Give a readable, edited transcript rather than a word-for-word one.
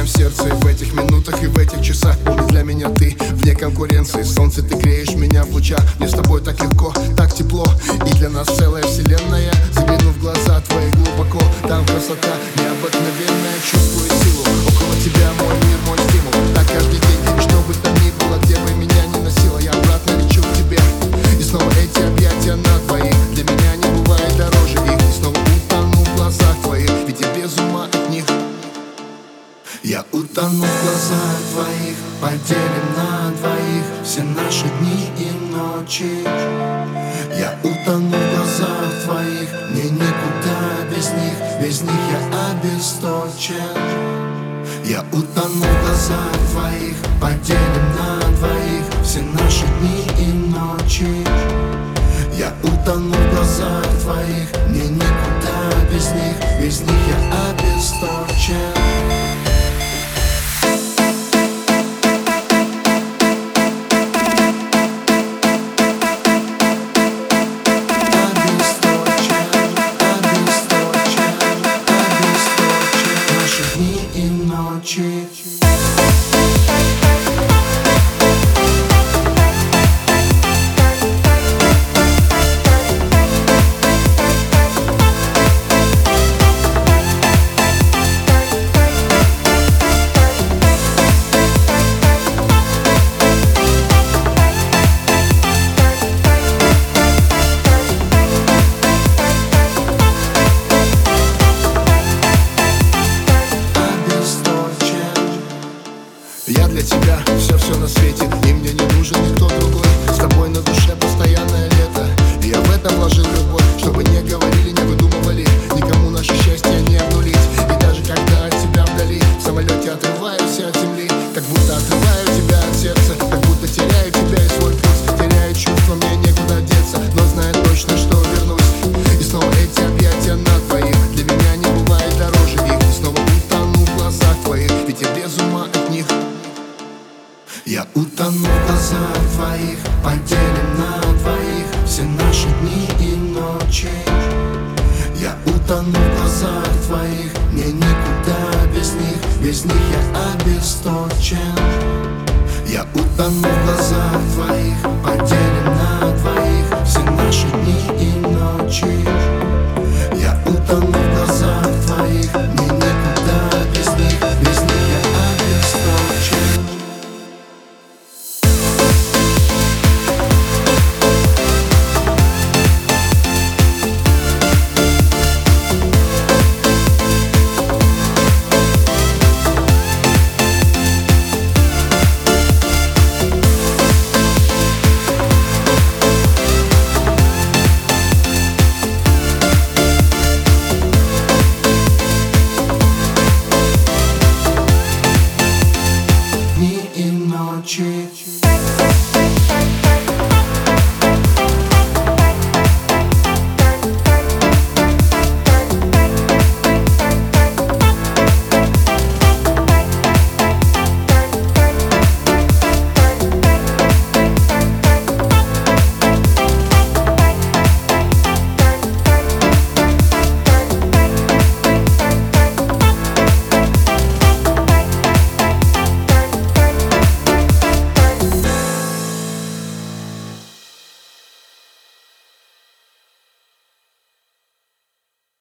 моем сердце. И в этих минутах, и в этих часах помни, для меня ты вне конкуренции. Солнце, ты греешь меня в лучах. Мне с тобой так легко, так тепло. И для нас целая вселенная. Загляну в глаза твои глубоко. Там красота необыкновенная. Чувствую силу около тебя, мой мир, мой стимул. Так каждый день, что бы там ни было, где бы меня ни носило, я обратно лечу к тебе. И снова эти объятия на твоих. Для меня не бывает дороже их. И снова утону в глазах твоих, ведь я без ума от них. Я утону в глазах твоих, поделим на двоих все наши дни и ночи. Я утону в глазах твоих, мне никуда без них, без них я обесточен. Я утону в глазах твоих, поделим на двоих все наши дни и ночи. Я утону в глазах твоих, мне никуда без них, без них я обесточен. Я для тебя все на свете, и мне не нужен никто другой. С тобой на душе постоянное лето, и я в это вложил любовь. Чтобы не говорили, не выдумывали, никому наше счастье не обнулить. И даже когда от тебя вдали, в самолете отрываюсь от земли, как будто отрываю тебя от сердца, как будто теряю тебя и свой пульс. Теряю чувства, мне некуда деться, но знаю точно, что вернусь. И снова эти объятия на твоих, для меня не бывает дороже их. И снова утону в глазах твоих, ведь я без ума от них. Я утону в глазах твоих, поделим на двоих все наши дни и ночи. Я утону в глазах твоих, мне никуда без них, без них я обесточен. Я утону